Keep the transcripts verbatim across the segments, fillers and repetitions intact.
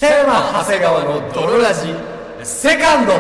北山長谷川の泥ラジセカンド。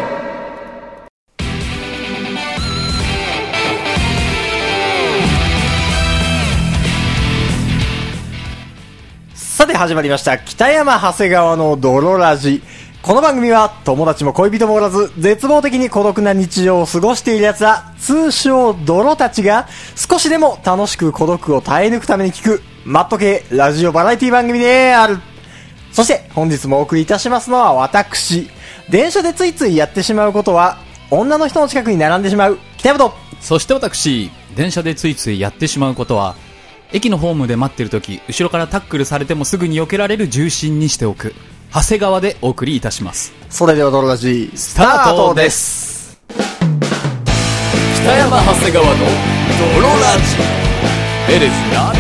さて始まりました北山長谷川の泥ラジ。この番組は友達も恋人もおらず絶望的に孤独な日常を過ごしている奴ら、通称泥たちが少しでも楽しく孤独を耐え抜くために聞くマット系ラジオバラエティ番組である。そして本日もお送りいたしますのは私、電車でついついやってしまうことは女の人の近くに並んでしまう北山と、 そして私、電車でついついやってしまうことは駅のホームで待ってるとき後ろからタックルされてもすぐに避けられる重心にしておく長谷川でお送りいたします。 それでは泥ラジスタートです。 北山長谷川の泥ラジ。エレスな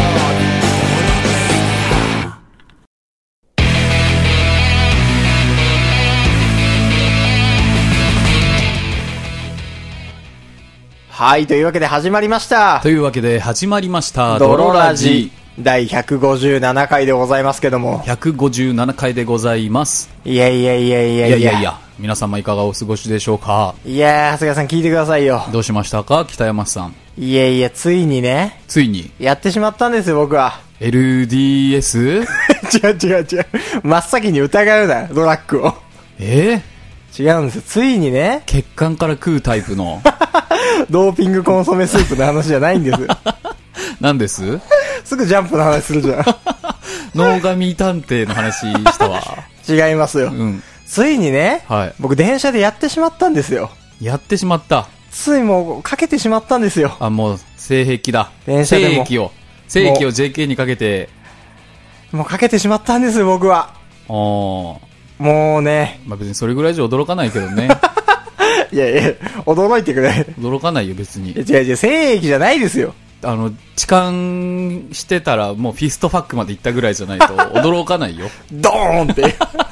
はい、というわけで始まりました。 というわけで始まりました泥ラジだいひゃくごじゅうななかいでございますけども、 ひゃくごじゅうななかいでございます。 いやいやいやいやいやいやいやいや、皆様いかがお過ごしでしょうか。 いやー、長谷川さん聞いてくださいよ。 どうしましたか北山さん。 いやいや、ついにね、 ついにやってしまったんですよ僕は。 エルディーエス 違う違う違う、真っ先に疑うなドラッグを。 えー、違うんですよ。ついにね、 血管から食うタイプのドーピングコンソメスープの話じゃないんです何ですすぐジャンプの話するじゃん脳神探偵の話したわ違いますよ、 うん、 ついにね、 はい、 僕電車でやってしまったんですよ。 やってしまった。 ついもうかけてしまったんですよ。 あ、もう性癖だ。 電車でも性癖を性癖を ジェーケー にかけてもうかけてしまったんですよ僕は。 おもうね、 まあ別にそれぐらいじゃ驚かないけどねいやいや、驚いてくれ。 驚かないよ別に。 違う違う、性癖じゃないですよ。 あの痴漢してたらもうフィストファックまで行ったぐらいじゃないと驚かないよドーンって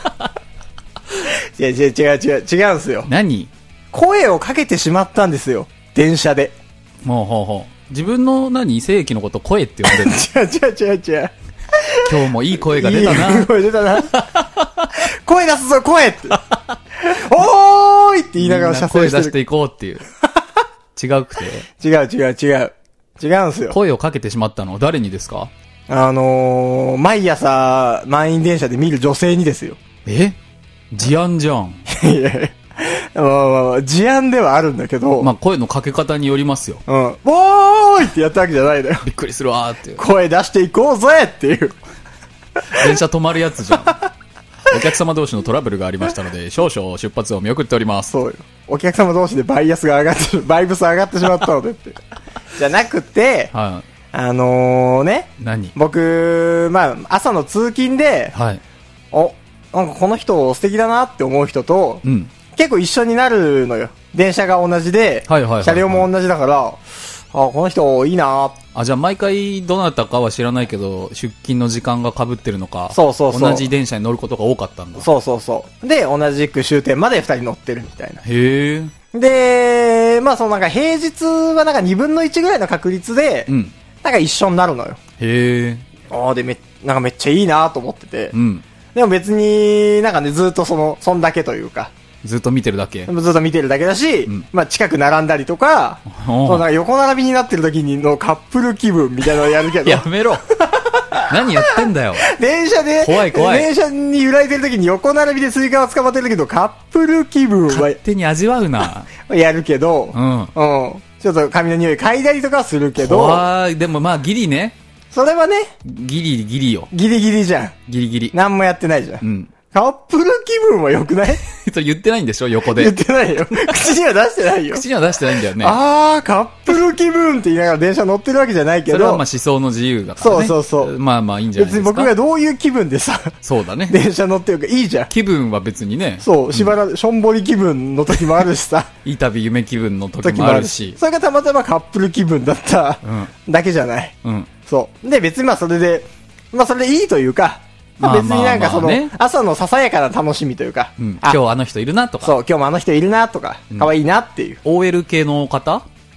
違う違う違う違う違うんですよ。 何？ 声をかけてしまったんですよ電車で。 ほうほうほう。自分の何性癖のこと声って呼んでるの？ 違う違う違う違う。 今日もいい声が出たな。 いい声出たな声出すぞ声っておーいって言いながら車線してる。 声出していこうっていう違うくて。 違う違う違う違うんすよ。 声をかけてしまったのは誰にですか？ あのー、毎朝満員電車で見る女性にですよ。 え？事案じゃん。 いやいや、まあまあまあ、事案ではあるんだけど、 まあ声のかけ方によりますよ。 うん。おーいってやったわけじゃないのよ。 びっくりするわーっていう。 声出していこうぜっていう。 電車止まるやつじゃん。お客様同士のトラブルがありましたので、少々出発を見送っております。 そうよ。お客様同士でバイアスが上がってる、バイブス上がってしまったのでって。じゃなくて、 はい。 あのーね。 何？ 僕、まあ、朝の通勤で、 はい。 お、なんかこの人素敵だなって思う人と、 うん。 結構一緒になるのよ。電車が同じで、 はいはいはいはい、 車両も同じだから、あ、この人いいな。 あ、じゃあ毎回どなたかは知らないけど、出勤の時間が被ってるのか、 そうそうそう。 同じ電車に乗ることが多かったんだ。 そうそうそう。で、同じく終点まで二人乗ってるみたいな。 へー。 で、まあそのなんか平日はなんか二分の一ぐらいの確率で、うん、なんか一緒になるのよ。 へー。 ああ、でめ、なんかめっちゃいいなと思ってて。 うん。 でも別になんかね、ずっとその、そんだけというか。 ずっと見てるだけ。 ずっと見てるだけだし、うん、まあ近く並んだりとか、そうなんか横並びになってる時にのカップル気分みたいなのをやるけど。 やめろ。何やってんだよ。 電車で、 怖い怖い。 電車に揺られてる時に横並びでスイカを捕まってるけど、カップル気分は。 勝手に味わうな。 やるけど、うん。うん。ちょっと髪の匂い嗅いだりとかはするけど。 わー、でもまあギリね。 それはね。 ギリギリよ。 ギリギリじゃん。 ギリギリ。 何もやってないじゃん。 うん。 カップル気分は良くない？ それ言ってないんでしょ横で。 言ってないよ。口には出してないよ。 口には出してないんだよね。 あー、カップル気分って言いながら電車乗ってるわけじゃないけど。 それはまあ思想の自由だからね。 そうそうそう。 まあまあいいんじゃないですか。 別に僕がどういう気分でさ。 そうだね。 電車乗ってるかいいじゃん。 気分は別にね。 そう、しばらく、しょんぼり気分の時もあるしさ。 いい旅夢気分の時もあるし。 それがたまたまカップル気分だっただけじゃない。 うん。 そう。で、別にまあそれで、まあそれでいいというか、まあ、別になんかその、朝のささやかな楽しみというか、 うん、今日あの人いるなとか。 そう、今日もあの人いるなとか、可愛いなっていう。 オーエル 系の方？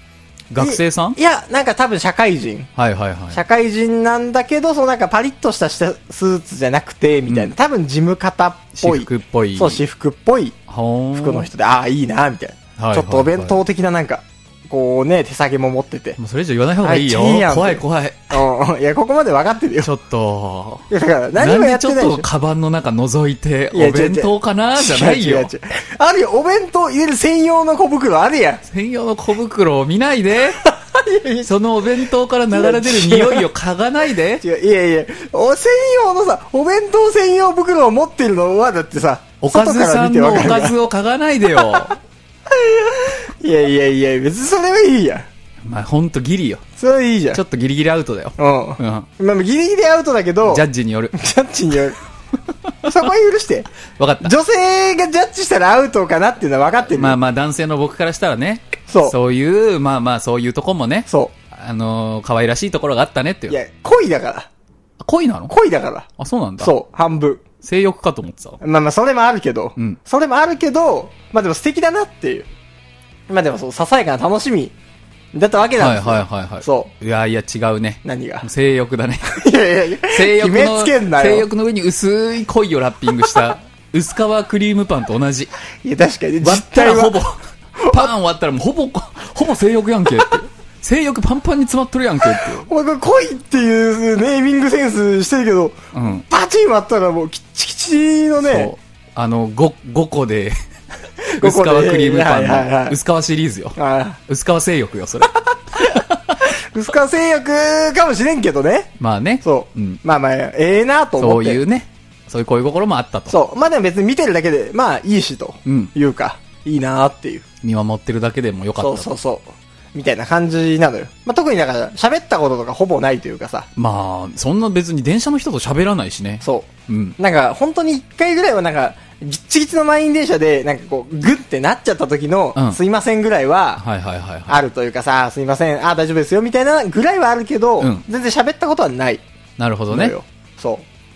学生さん？ いや、なんか多分社会人。 はいはいはい。 社会人なんだけど、そのなんかパリッとしたスーツじゃなくて、みたいな。うん、多分事務方っぽい。 私服っぽい。 そう、私服っぽい服の人で、ああ、いいな、みたいな、はいはいはい。ちょっとお弁当的ななんか、こうね、手提げも持ってて。 もうそれ以上言わない方がいいよ。怖い怖い。 うん。いや、ここまで分かってるよ。 ちょっと。 いや、だから何もやってないでしょ。 なんでちょっとカバンの中覗いて、お弁当かなじゃないよ。違う違う違う。 あるよ、お弁当入れる専用の小袋あるやん。 専用の小袋を見ないで。そのお弁当から流れ出る匂いを嗅がないで。 違う、いやいや、お専用のさ、お弁当専用袋を持ってるのは、だってさ、 おかずさんのおかずを嗅がないでよ。 いやいやいや、別にそれはいいやん。 まあ、ほんとギリよ。 それはいいじゃん。 ちょっとギリギリアウトだよ。 うん。うん。まあ、ギリギリアウトだけど。 ジャッジによる。 ジャッジによる。そこは許して。 わかった。 女性がジャッジしたらアウトかなっていうのは分かってる。 まあまあ、男性の僕からしたらね。 そう。 そういう、まあまあ、そういうとこもね。 そう。 あのー、可愛らしいところがあったねっていう。 いや、恋だから。 恋なの？ 恋だから。 あ、そうなんだ。 そう、半分。 性欲かと思ってた。 まあまあ、それもあるけど。 うん。 それもあるけど、まあでも素敵だなっていう。まあでもそう、ささやかな楽しみだったわけなんですよ。 はいはいはいはい。 そう。 いやいや違うね。 何が？ 性欲だね。 いやいやいや、 性欲の、 決めつけんなよ。 性欲の上に薄い恋をラッピングした薄皮クリームパンと同じ。 いや確かに、 割ったらほぼ、パン割ったらもうほぼ、ほぼ性欲やんけって。性欲パンパンに詰まっとるやんけって。 お前これ恋っていうネーミングセンスしてるけど、うん、パチン割ったらもうキッチキチのね。そう。あの、 ご、ごこで、薄皮クリームパンの、はいはいはい、薄皮シリーズよ。薄皮性欲よ、それ。 薄皮性欲かもしれんけどね。 まあね。 そう。うん、まあまあ、ええー、なと思って。 そういうね。そういう恋心もあったと。 そう。まあでも別に見てるだけで、まあいいしと。いうか、うん、いいなっていう。 見守ってるだけでもよかったと。 そうそうそう。みたいな感じなのよ。まあ、特にだから喋ったこととかほぼないというかさ。 まあ、そんな別に電車の人と喋らないしね。 そう。うん。なんか本当に一回ぐらいはなんか、ギッチギチの満員電車で、なんかこう、グッてなっちゃった時の、うん、すいませんぐらいは、 はいはいはいはい。 あるというかさ、すいません、あ、大丈夫ですよ、みたいなぐらいはあるけど、うん、全然喋ったことはない。 なるほどね。 そう。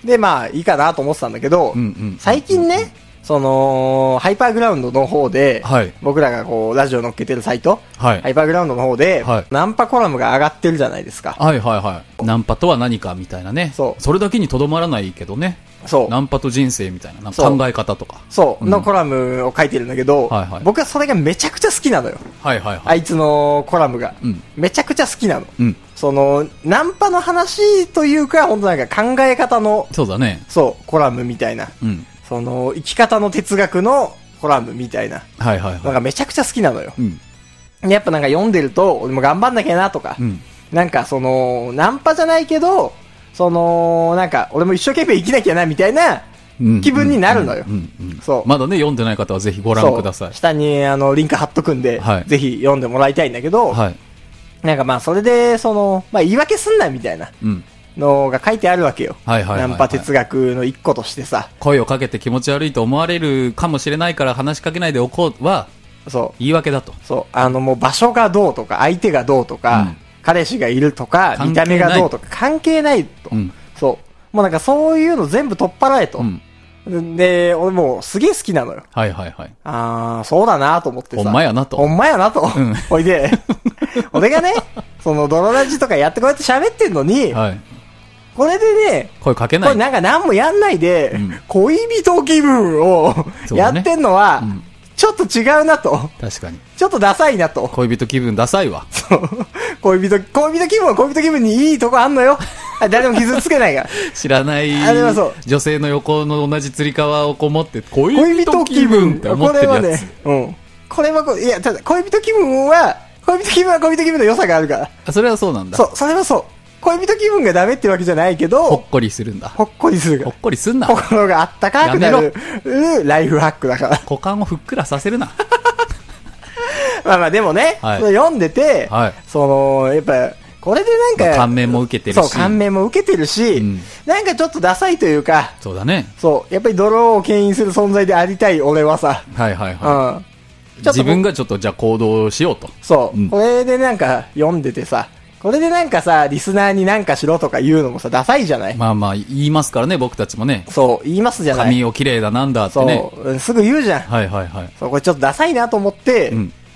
で、まあ、いいかなと思ってたんだけど、うんうん、最近ね、その、ハイパーグラウンドの方で、はい、僕らがこう、ラジオ乗っけてるサイト、はい、ハイパーグラウンドの方で、はい、ナンパコラムが上がってるじゃないですか。 はいはいはい。ナンパとは何かみたいなね。そう。それだけにとどまらないけどね。そう。ナンパと人生みたいな、なんか考え方とか。 そう。そうのコラムを書いてるんだけど、はいはい、僕はそれがめちゃくちゃ好きなのよ。はいはいはい。あいつのコラムが。うん、めちゃくちゃ好きなの。うん。その、ナンパの話というか、本当なんか考え方の、 そうだね。 そう、コラムみたいな。うん。その、生き方の哲学のコラムみたいな。はいはいはい。なんかめちゃくちゃ好きなのよ。うん。やっぱなんか読んでると、俺も頑張んなきゃなとか、うん、なんかその、ナンパじゃないけど、その、なんか、俺も一生懸命生きなきゃなみたいな気分になるのよ。 そう。まだね、読んでない方はぜひご覧ください。 下にあの、リンク貼っとくんで、はい、ぜひ読んでもらいたいんだけど、はい、なんかまあ、それで、その、まあ、言い訳すんなみたいな。うんのが書いてあるわけよ。はいはいはいはい、ナンパ哲学の一個としてさ。 声をかけて気持ち悪いと思われるかもしれないから話しかけないでおこうは、そう。言い訳だと。 そう。あのもう場所がどうとか、相手がどうとか、うん、彼氏がいるとか、見た目がどうとか、関係ないと。うん、そう。もうなんかそういうの全部取っ払えと。うん、で、俺もうすげえ好きなのよ。はいはいはい。あー、そうだなと思ってさ。 ほんまやなと。 ほんまやなと。うん、おいで、俺がね、その泥ラジとかやってこうやって喋ってんのに、はい。これでね、 声かけない。 これなんか何もやんないで、うん、恋人気分をやってんのは、ねうん、ちょっと違うなと。 確かに。 ちょっとダサいなと。 恋人気分ダサいわ。そう。 恋人、恋人気分は恋人気分にいいとこあんのよ。誰も傷つけないから。 知らない女性の横の同じ釣り革をこう持って、恋人気分って思ってるやつ。これはね、うん。これはこう、いや、ただ恋人気分は、恋人気分は恋人気分の良さがあるから。あ、それはそうなんだ。 そう、それはそう。恋人気分がダメってわけじゃないけど、 ほっこりするんだ。 ほっこりするほっこりすんな。 心があったかくなる、ライフハックだから。 股間をふっくらさせるな。 まあまあでもね、はい、それ読んでて、はい、その、やっぱ、これでなんか、 まあ、感銘も受けてるし。 そう、感銘も受けてるし、うん、なんかちょっとダサいというか、 そうだね。 そう、やっぱり泥を牽引する存在でありたい俺はさ、 はいはいはい。うん、自分がちょっとじゃあ行動しようと。 そう、うん、これでなんか読んでてさ、これでなんかさ、リスナーになんかしろとか言うのもさ、ダサいじゃない？ まあまあ、言いますからね、僕たちもね。 そう、言いますじゃない。 髪を綺麗だなんだってね。 そう、すぐ言うじゃん。 はいはいはい。 そう、これちょっとダサいなと思って、うん、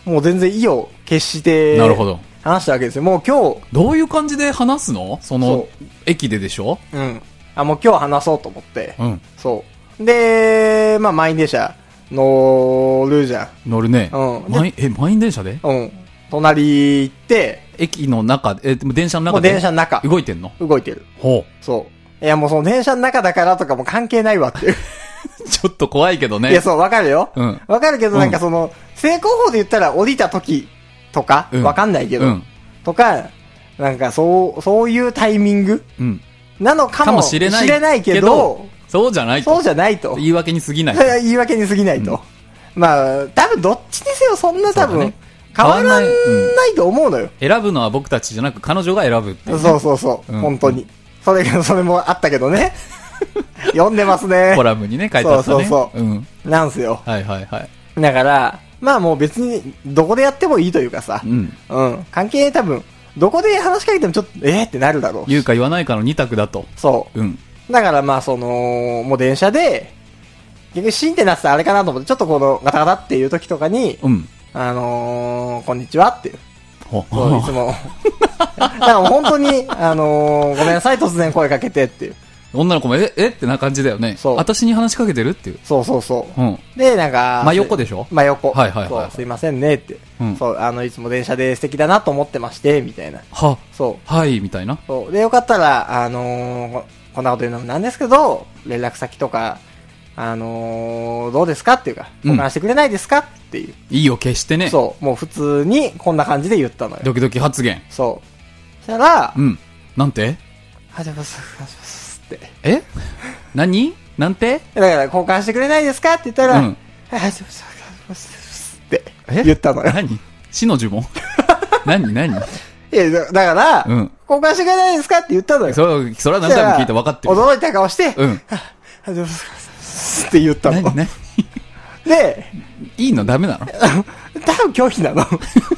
もう全然意を決して、 なるほど。 話したわけですよ。もう今日。 どういう感じで話すの？その、駅ででしょ？ うん。あ、もう今日話そうと思って。 うん。 そう。で、まあ満員電車乗るじゃん。 乗るね。 うん。 満員、え、満員電車で？ うん。隣行って、 駅の中、え、電車の中で？ もう電車の中。 動いてんの？ 動いてる。 ほう。 そう。いやもうその電車の中だからとかも関係ないわっていう。 ちょっと怖いけどね。 いや、そう、わかるよ。 うん。 わかるけど、なんかその、正攻法で言ったら降りた時とか、わ、うん、かんないけど、うん、とか、なんかそう、そういうタイミング、うん、なのかも、かもしれない、れないけど、 そうじゃないと。 そうじゃないと。 言い訳に過ぎない。 言い訳に過ぎないと。うん、まあ、多分どっちにせよそんな多分、ね、変わらないと思うのよ、 うん。選ぶのは僕たちじゃなく彼女が選ぶっていう、ね。 そうそうそう、うん、本当に。それ、それもあったけどね。読んでますね。 コラムにね、書いてあったね。 そうそうそう。うん。なんすよ。 はいはいはい。 だから、まあもう別に、どこでやってもいいというかさ、うん。うん。関係多分、どこで話しかけてもちょっと、えーってなるだろう。 言うか言わないかの二択だと。 そう。うん。だからまあその、もう電車で、結局シーンってなってたらあれかなと思って、ちょっとこのガタガタっていう時とかに、うん。あのー、こんにちはっていう。ほそう、いつも。だから本当に、あのー、ごめんなさい、突然声かけてっていう。 女の子もえ、えってな感じだよね。そう。私に話しかけてるっていう。 そうそうそう。うん。で、なんか。 真横でしょ？ 真横。 はいはいはい、 そう。すいませんねって。うん。そう、あの、いつも電車で素敵だなと思ってまして、みたいな。 は。 そう。 はい、みたいな。 そう。で、よかったら、あのー、こんなこと言うのもなんですけど、連絡先とか、あのー、どうですかっていうか、交換してくれないですかっていう。 いいよ、決してね。 そう。もう普通に、こんな感じで言ったのよ。 ドキドキ発言。 そう。そしたら、 うん。なんて？ はじめまして。 え何なんてだから交換してくれないですかって言ったら、うん、はい、って言ったのよ。 何死の呪文何何いや、だから、うん、交換してくれないですかって言ったのよ。 そ、それは何回も聞いて分かってる。 驚いた顔して、うん。って言ったの。 何何で、いいのダメなの多分拒否なの。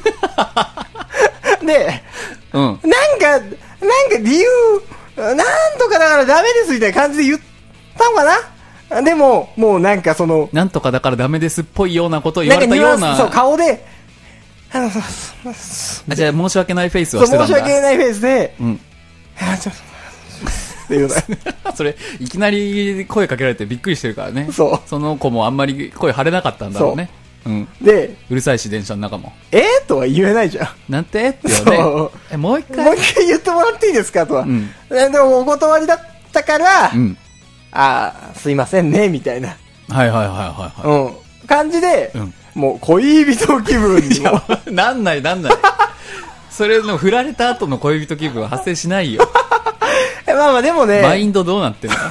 で、うん、なんか、なんか理由、なんとかだからダメですみたいな感じで言ったのかな。でも、もうなんかその、 なんとかだからダメですっぽいようなことを言われたような。 そう、顔で、あの、 あ、じゃあ申し訳ないフェイスはしてたんだ。 そう、申し訳ないフェイスで、うん。あ、ちょっと、っていうの。それ、いきなり声かけられてびっくりしてるからね。 そう。 その子もあんまり声張れなかったんだろうね。うん、 で、 うるさいし電車の中もえー、とは言えないじゃん。 なんてって言うね。え、もう一回もう一回言ってもらっていいですかとは、うん、でもお断りだったから、うん、ああすいませんねみたいな、 はいはいはいはいはい、 うん、感じで、うん、もう恋人気分にもなんないなんないそれの振られた後の恋人気分は発生しないよまあまあでもね、 マインドどうなってんの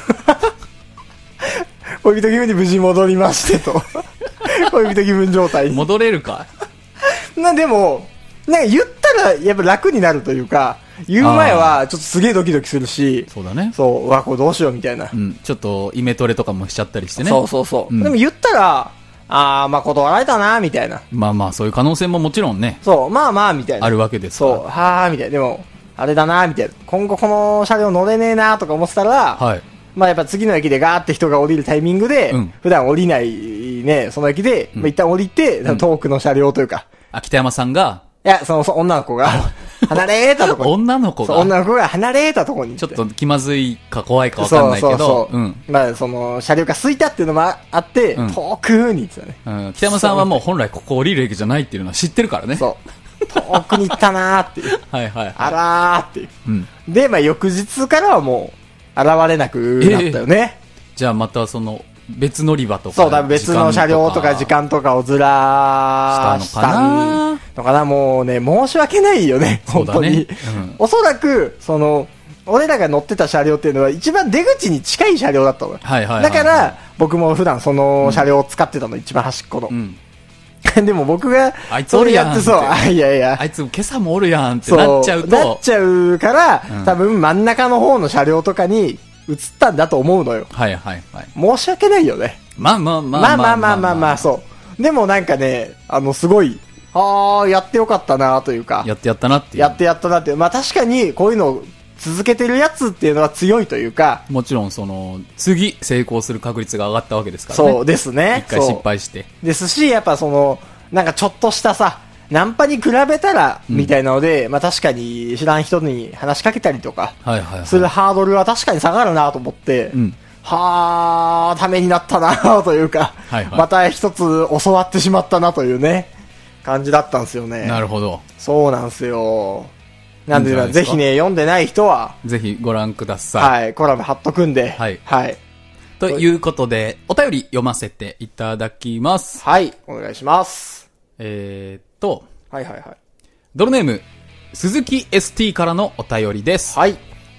恋人気分に無事戻りましてと恋人気分状態に戻れるかな。でもなんか言ったらやっぱ楽になるというか、言う前はちょっとすげえドキドキするし、 そうだね、 そう、うわこれどうしようみたいな、 うん、ちょっとイメトレとかもしちゃったりしてね。 そうそうそう、うん、でも言ったらあーまあ断られたなみたいな、 まあまあそういう可能性ももちろんね、 そうまあまあみたいなあるわけですから、 そうはーみたいな、でもあれだなみたいな、今後この車両乗れねえなとか思ってたら、はい、まあやっぱ次の駅でガーって人が降りるタイミングで、うん、普段降りないね、その駅で、うん、まあ、一旦降りて、うん、遠くの車両というか。 あ、北山さんがいや、その、そ女の子が、離れたとこに。 女の子が女の子が離れたとこに。 ちょっと気まずいか怖いかわかんないけど。そうそうそう。うん。 まあ、その、車両が空いたっていうのもあって、うん、遠くに行ってたね。 うん。北山さんはもう本来ここ降りる駅じゃないっていうのは知ってるからね。 そう。遠くに行ったなーっていう。 はいはい、はい。 あらーっていう。うん。で、まあ、翌日からはもう、現れなくなったよね。 えー、じゃあまたその、別乗り場とか。 そうだ、別の車両とか時間とかをずらしたのかなのかな。もうね、申し訳ないよね、本当に。うん、おそらく、その、俺らが乗ってた車両っていうのは一番出口に近い車両だったのよ。 はいはいはいはい、 だから、僕も普段その車両を使ってたの、うん、一番端っこの。うん、でも僕が、 あいつおるやんって。 そう、いやいや。 あいつ今朝もおるやんってなっちゃうと。 なっちゃうから、うん、多分真ん中の方の車両とかに、映ったんだと思うのよ。 はいはいはい。 申し訳ないよね。 まあまあまあまあまあまあまあまあ、そう。でもなんかね、あの、すごい、ああ、やってよかったなというか。 やってやったなっていう。 やってやったなっていう。まあ確かに、こういうのを続けてるやつっていうのは強いというか。 もちろん、その、次、成功する確率が上がったわけですからね。 そうですね。 一回失敗して。 ですし、やっぱその、なんかちょっとしたさ、 ナンパに比べたら、みたいなので、うん、まあ確かに知らん人に話しかけたりとか、するハードルは確かに下がるなと思って、うん、はー、ためになったなというか、はいはい、また一つ教わってしまったなというね、感じだったんですよね。 なるほど。 そうなんですよ。なんで、ぜひね、読んでない人は、 ぜひご覧ください。はい、コラム貼っとくんで。 はい。 はい。 ということで、お便り読ませていただきます。 はい、お願いします。 えーっと、 はいはいはい。 ドロネーム、鈴木 エスティー からのお便りです。 はい。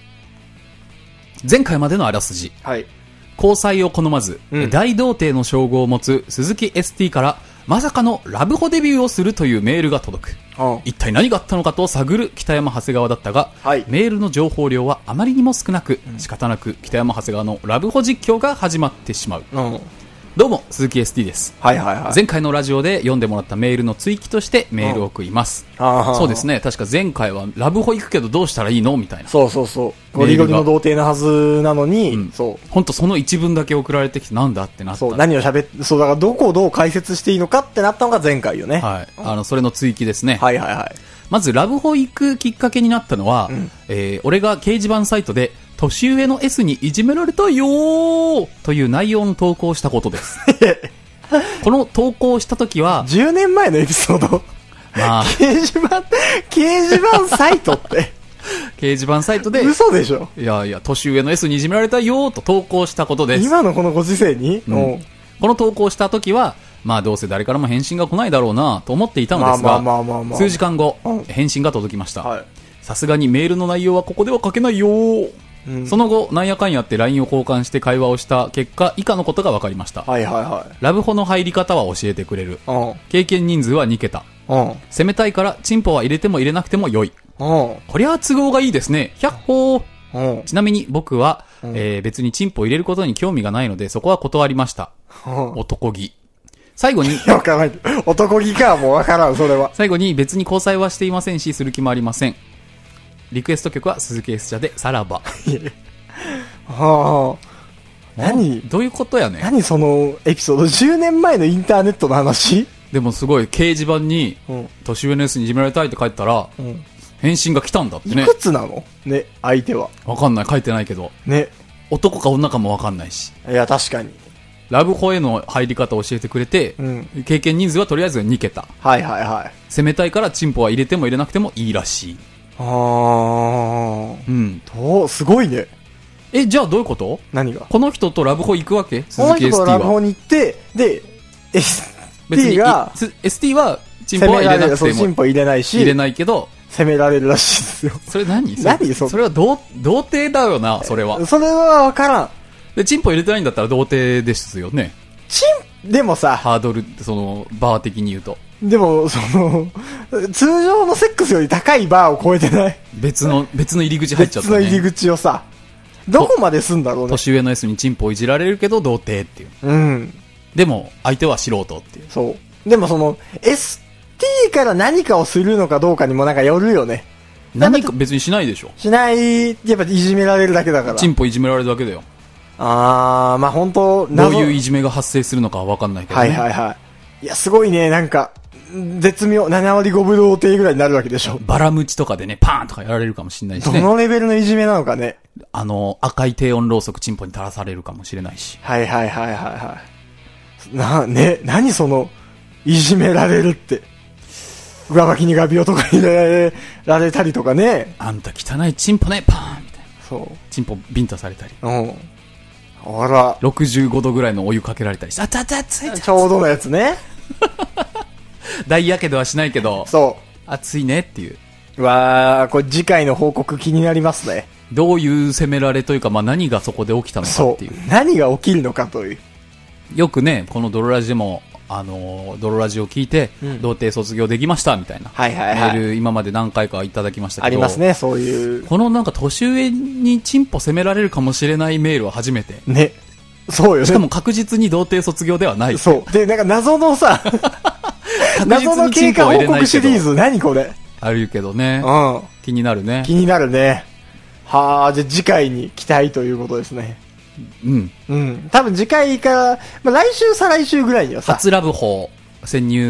前回までのあらすじ。 はい。 交際を好まず、うん、大童貞の称号を持つ鈴木 エスティー から、まさかのラブホデビューをするというメールが届く。一体何があったのかと探る北山長谷川だったが、はい、メールの情報量はあまりにも少なく、うん、仕方なく北山長谷川のラブホ実況が始まってしまう。うん、どうも鈴木 エスティー です、 はいはいはい、 前回のラジオで読んでもらったメールの追記としてメールを送ります、うん、そうですね、確か前回はラブホ行くけどどうしたらいいのみたいな。 そうそうそう、ゴリゴリの童貞なはずなのに、うん、そう本当その一文だけ送られてきてなんだってなった。 そう何を喋ってそうだからどこをどう解説していいのかってなったのが前回よね。 はい、あのそれの追記ですね。 はいはいはい。 まずラブホ行くきっかけになったのは、うん、えー、俺が掲示板サイトで年上の S にいじめられたよーという内容の投稿をしたことですこの投稿した時はじゅうねんまえのエピソード、まあ、掲示板掲示板サイトって掲示板サイトで嘘でしょ。 いやいや年上の S にいじめられたよーと投稿したことです。 今のこのご時世に、うん、 この投稿した時はまあどうせ誰からも返信が来ないだろうなと思っていたのですが、数時間後、うん、返信が届きました。さすがにメールの内容はここでは書けないよー、うん、その後なんやかんやって ライン を交換して会話をした結果以下のことが分かりました、 はいはいはい、 ラブホの入り方は教えてくれる、うん、経験人数はにけた、うん、攻めたいからチンポは入れても入れなくても良い、うん、こりゃ都合がいいですね、ひゃっほー、うん、ちなみに僕は、うんえー、別にチンポを入れることに興味がないのでそこは断りました、うん、男気。最後にわからない男気かもうわからん。それは最後に別に交際はしていませんしする気もありません。リクエスト曲は鈴木 S 社でさらばはあ、何どういうことやねん。 何そのエピソード。じゅうねんまえのインターネットの話。 でもすごい掲示板に、うん、年上の S にいじめられたいって書いてたら、うん、返信が来たんだってね。 いくつなのね相手は。 わかんない、書いてないけどね、 男か女かもわかんないし。 いや確かにラブホへの入り方を教えてくれて、うん、経験人数はとりあえずにけた。 はいはいはい。 攻めたいからチンポは入れても入れなくてもいいらしい。 あー、うん、とすごいね。 え、じゃあどういうこと？何が？この人とラブホ行くわけ？ この人とラブホに行ってで エスティー がエスティー はチンポは入れなくてもチンポ入れないし入れないけど攻められるらしいですよ。 それ何？それ何それ？ それは童童貞だよな。それはそれは分からん。 でチンポ入れてないんだったら童貞ですよね。 チンでもさハードルそのバー的に言うとでもその通常のセックスより高いバーを超えてない？ 別の別の入り口入っちゃったね。 別の入り口をさどこまですんだろうね。 年上の S にチンポをいじられるけど童貞っていう。 うん。 でも相手は素人っていう。 そう。でもその エスティー から何かをするのかどうかにもなんかよるよね。 何か別にしないでしょ。 しない。やっぱいじめられるだけだから。 チンポいじめられるだけだよ。 あー、まあ本当どういういじめが発生するのかは分かんないけどね。 はいはいはい。いやすごいね、なんか絶妙ななわりごぶ童貞ぐらいになるわけでしょ。 バラムチとかでねパーンとかやられるかもしれないしね。 どのレベルのいじめなのかね。 あの赤い低温ろうそくチンポに垂らされるかもしれないし。 はいはいはいはいはいなね、何そのいじめられるって上履きにガビ男に入れられたりとかね。 あんた汚いチンポねパーンみたいな。 そうチンポビンタされたり。 うんあらろくじゅうごどぐらいのお湯かけられたりして、あたたついちょうどのやつね大やけどはしないけどそう熱いねっていう。 うわーこれ次回の報告気になりますね。 どういう責められというか、まあ、何がそこで起きたのかっていう。 そう何が起きるのかという。 よくねこのドロラジでもあのドロラジを聞いて、うん、童貞卒業できましたみたいな、 はいはいはい、 メール今まで何回かいただきましたけど。 ありますねそういう。 このなんか年上にチンポ責められるかもしれないメールは初めてね。そうよね。 しかも確実に童貞卒業ではない。 そうでなんか謎のさ謎の経過報告シリーズ何これあるけどね、うん、気になるね。 気になるね。はあじゃあ次回に期待ということですね。 うんうん多分次回から、まあ、来週再来週ぐらいにはさ初ラブホ潜入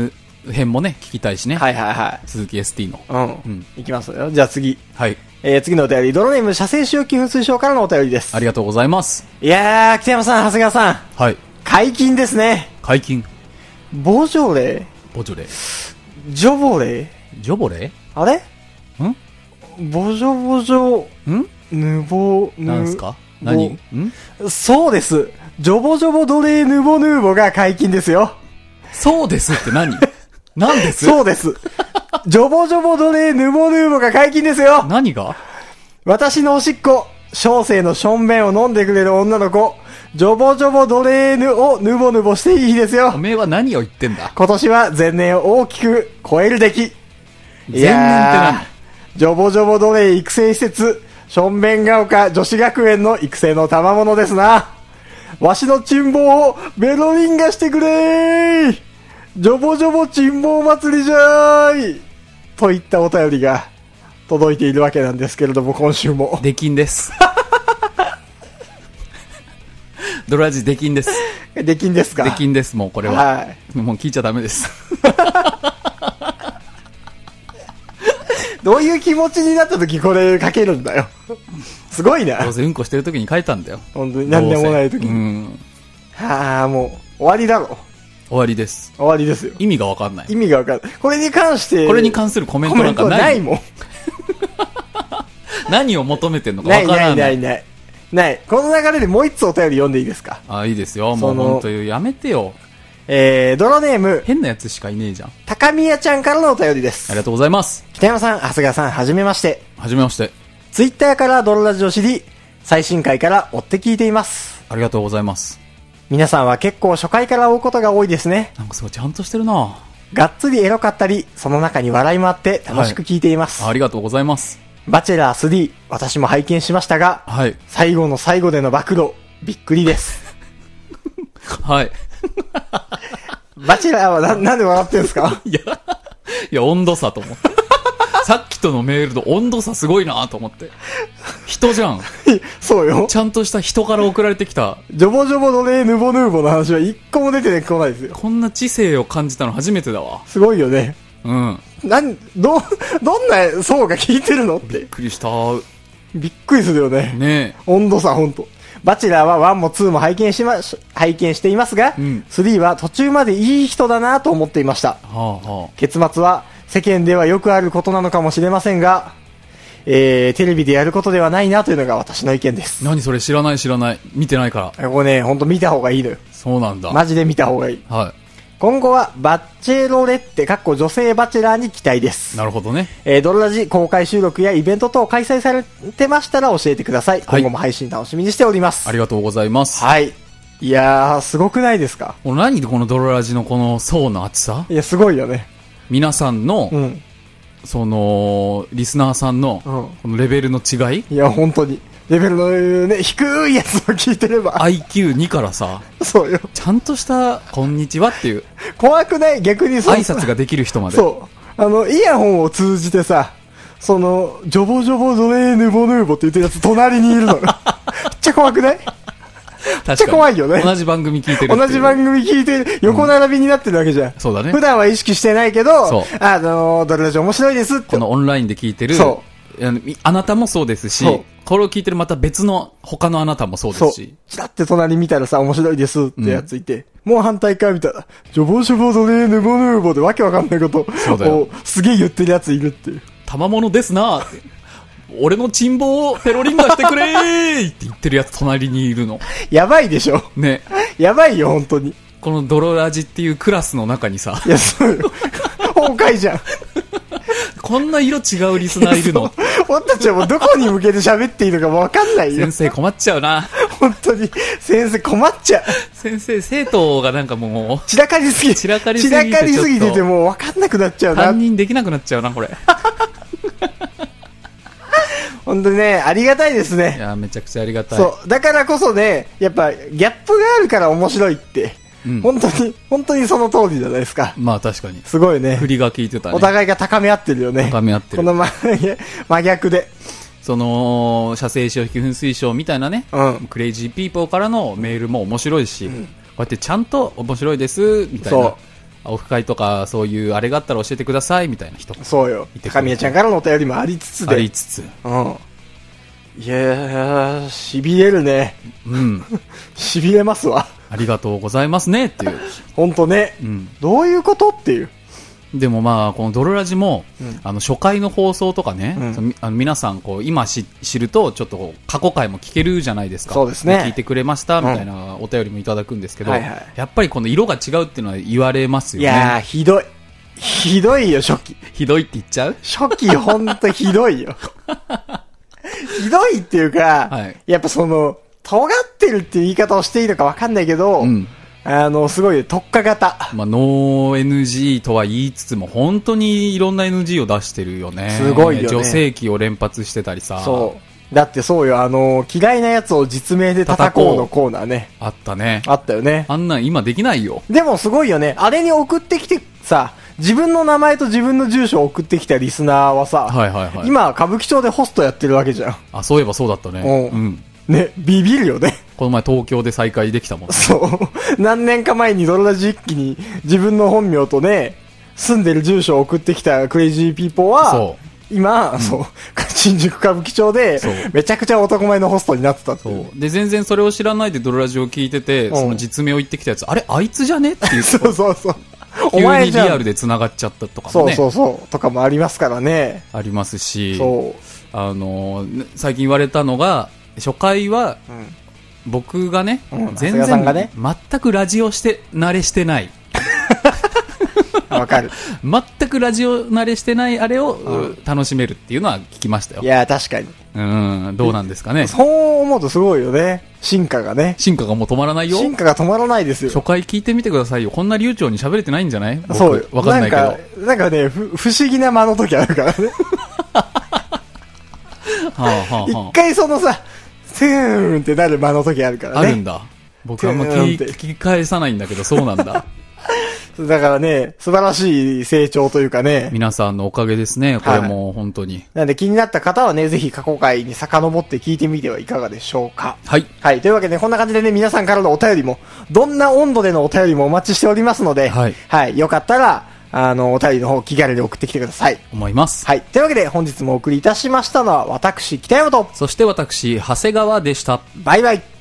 編もね、聞きたいしね。 はいはいはい。 鈴木 エスティー の。 うん。うん。いきますよ。じゃあ次。 はい。 えー、次のお便り、ドロネーム、射精使用機噴水賞からのお便りです。 ありがとうございます。 いやー、北山さん、長谷川さん。 はい。 解禁ですね。 解禁。 ボジョレボジョレジョボレジョボレあれんボジョボジョ、んヌボ、ヌなんすか何んそうです。ジョボジョボドレーヌボヌーボが解禁ですよ。 そうですって何何ですそうです。ジョボジョボドレーヌボヌーボが解禁ですよ。 何が私のおしっこ、小生のションベンを飲んでくれる女の子、ジョボジョボドレーヌをヌボヌボしていい日ですよ。 おめえは何を言ってんだ。 今年は前年を大きく超える出来。 前年って何？ ジョボジョボドレー育成施設、ションベンが丘女子学園の育成の賜物ですな。わしのチンボをベロリンガしてくれー。ジョボジョボチンボ祭りじゃーい。といったお便りが届いているわけなんですけれども、今週も。 出禁です。ドラジ出禁です。 出禁ですか？ 出禁です、もうこれは。はい。もう聞いちゃダメです。 どういう気持ちになった時これかけるんだよ。すごいな。 どうせうんこしてる時に書いたんだよ。 本当に何でもない時に。うん。はあ、もう終わりだろ。 終わりです。 終わりですよ。 意味がわかんない。 意味がわかんない。これに関して。 これに関するコメントなんかない。 ないもん。 何を求めてんのかわからない。 ないないないない。ない。この流れでもう一つお便り読んでいいですか？ あ、いいですよ。もう本当にやめてよ。 えー、ドロネーム。 変なやつしかいねえじゃん。 高宮ちゃんからのお便りです。 ありがとうございます。 北山さん、長谷川さん、はじめまして。 はじめまして。 ツイッターからドロラジを知り、最新回から追って聞いています。 ありがとうございます。 皆さんは結構初回から追うことが多いですね。 なんかすごいちゃんとしてるな。 がっつりエロかったり、その中に笑いもあって楽しく聞いています。 はい、ありがとうございます。 バチェラースリー、私も拝見しましたが、 はい、 最後の最後での暴露、びっくりです。 はい。 バチェラーはな、なんで笑ってんすか？ いや、いや、温度差と思って。さっきとのメールの温度差すごいなと思って。人じゃん。 そうよ。 ちゃんとした人から送られてきた。 ジョボジョボのね、ヌボヌーボの話は一個も出てこないですよ。 こんな知性を感じたの初めてだわ。 すごいよね。 うん。 なん、ど、どんな層が聞いてるのって。 びっくりした。 びっくりするよね。 ねえ。 温度差ほんと。バチェラーはワンもツーも拝見しま、拝見していますが、うん、スリーは途中までいい人だなと思っていました。はあはあ、 結末は世間ではよくあることなのかもしれませんが、えー、テレビでやることではないなというのが私の意見です。 何それ？知らない知らない。見てないから。 これね、ほんと見た方がいいのよ。 そうなんだ。 マジで見た方がいい。 はい。 今後はバチェロレッテ、かっこ女性バチェラーに期待です。 なるほどね。 えー、ドロラジ公開収録やイベント等開催されてましたら教えてください。はい、今後も配信楽しみにしております。 ありがとうございます。 はい。いやー、すごくないですか？ この何でこのドロラジのこの層の厚さ？ いや、すごいよね。 皆さんの、うん、その、リスナーさんの、うん、このレベルの違い？ いや、本当に。レベルのね、低いやつを聞いてればアイキューに からさ、 そうよ、 ちゃんとしたこんにちはっていう怖くない？逆にそう挨拶ができる人まで。 そうあのイヤホンを通じてさ、そのジョボジョボドレーヌボヌーボって言ってるやつ隣にいるのよ。めっちゃ怖くない？めっちゃ怖いよね。 同じ番組聞いてる。 同じ番組聞いて横並びになってるわけじゃん。 うん、そうだね。 普段は意識してないけど、そうあのドロラジ面白いですって。 このオンラインで聞いてる。そう。あ, あなたもそうですし、これを聞いてるまた別の他のあなたもそうですし。 ちらって隣見たらさ、面白いですってやついて、うん、もう反対側見たら、ジョボジョボドレーヌボヌーボでわけわかんないことをすげえ言ってるやついるっていう。 賜物ですなーって。俺のチンボをペロリンガしてくれーって言ってるやつ隣にいるの。 やばいでしょ。 ね。 やばいよ、本当に。 このドロラジっていうクラスの中にさ。 いや、そうよ。崩壊じゃん。 こんな色違うリスナーいるの？ 俺たちはもうどこに向けて喋っていいのか分かんないよ。 先生困っちゃうな。 本当に先生困っちゃう。 先生生徒がなんかもう散らかりすぎ散らかりすぎて散らかりすぎててもう分かんなくなっちゃうな。 担任できなくなっちゃうなこれ。 本当にね、ありがたいですね。 いやめちゃくちゃありがたい。 そうだからこそね、やっぱギャップがあるから面白いって。うん、本当に本当にその通りじゃないですか。 まあ確かにすごいね。 振りが効いてたね。 お互いが高め合ってるよね。 高め合ってる。 この真逆でその射精使用噴水賞みたいなね、うん、クレイジーピーポーからのメールも面白いし、うん、こうやってちゃんと面白いですみたいなオフ会とかそういうあれがあったら教えてくださいみたいな人。 そうよ。高宮ちゃんからのお便りもありつつで。 ありつつ。 うん。いやー、痺れるね。 うん。 痺れますわ。 ありがとうございますねっていう。 ほんとね。うん。どういうことっていう。 でもまあ、このドロラジも、うん、あの、初回の放送とかね、うん、あの皆さん、こう、今知ると、ちょっと、過去回も聞けるじゃないですか。 そうですね。 聞いてくれました、みたいなお便りもいただくんですけど、うんはいはい、やっぱりこの色が違うっていうのは言われますよね。 いやー、ひどい。ひどいよ、初期。 ひどいって言っちゃう？ 初期、ほんとひどいよ。ひどいっていうか、はい、やっぱその、尖ってるっていう言い方をしていいのかわかんないけど、うんあの、すごい特化型。 まあ、ノー エヌジー とは言いつつも、本当にいろんな エヌジー を出してるよね。 すごいよね。 女性器を連発してたりさ。 そう。だってそうよ、あの、嫌いなやつを実名で叩こうのコーナーね。 あったね。 あったよね。 あんなん今できないよ。 でもすごいよね。あれに送ってきてさ、自分の名前と自分の住所を送ってきたリスナーはさ、 はいはいはい。 今、歌舞伎町でホストやってるわけじゃん。 あ、そういえばそうだったね。 うん。うんね、ビビるよね。 この前東京で再会できたもんね。 そう。何年か前にドロラジ一気に自分の本名とね、住んでる住所を送ってきたクレイジーピーポーは、そう今、うん、そう、新宿歌舞伎町で、めちゃくちゃ男前のホストになってたっていう。 そう。で、全然それを知らないでドロラジを聞いてて、うん、その実名を言ってきたやつ、あれあいつじゃねっていう。 そうそうそう。 お前じゃん。急にリアルで繋がっちゃったとかもね。 そうそうそう。とかもありますからね。 ありますし、 そう。 あの、最近言われたのが、初回は、うん、僕がね、うん、全然、ね、全くラジオして慣れしてないわかる全くラジオ慣れしてないあれを、うん、楽しめるっていうのは聞きましたよ。 いや確かにうんどうなんですかね。 そう思うとすごいよね。進化がね進化がもう止まらないよ。 進化が止まらないですよ。 初回聞いてみてくださいよ。こんな流暢に喋れてないんじゃない？僕そうよ。 わかんないけどなんかなんかねふ不思議な間の時あるからねはあはあはあ、一回そのさセーンってなる間の時あるからね。 あるんだ。僕あんま聞, 聞き返さないんだけど、そうなんだ。 だからね、素晴らしい成長というかね。 皆さんのおかげですね、これもう本当に。 なんで気になった方はね、ぜひ過去回に遡って聞いてみてはいかがでしょうか。 はい。 はい。というわけで、こんな感じでね、皆さんからのお便りも、どんな温度でのお便りもお待ちしておりますので、はい。はい。よかったら、あの、お便りの方気軽に送ってきてください。 思います。 はい。というわけで、本日もお送りいたしましたのは、私、北山と、 そして私、長谷川でした。 バイバイ。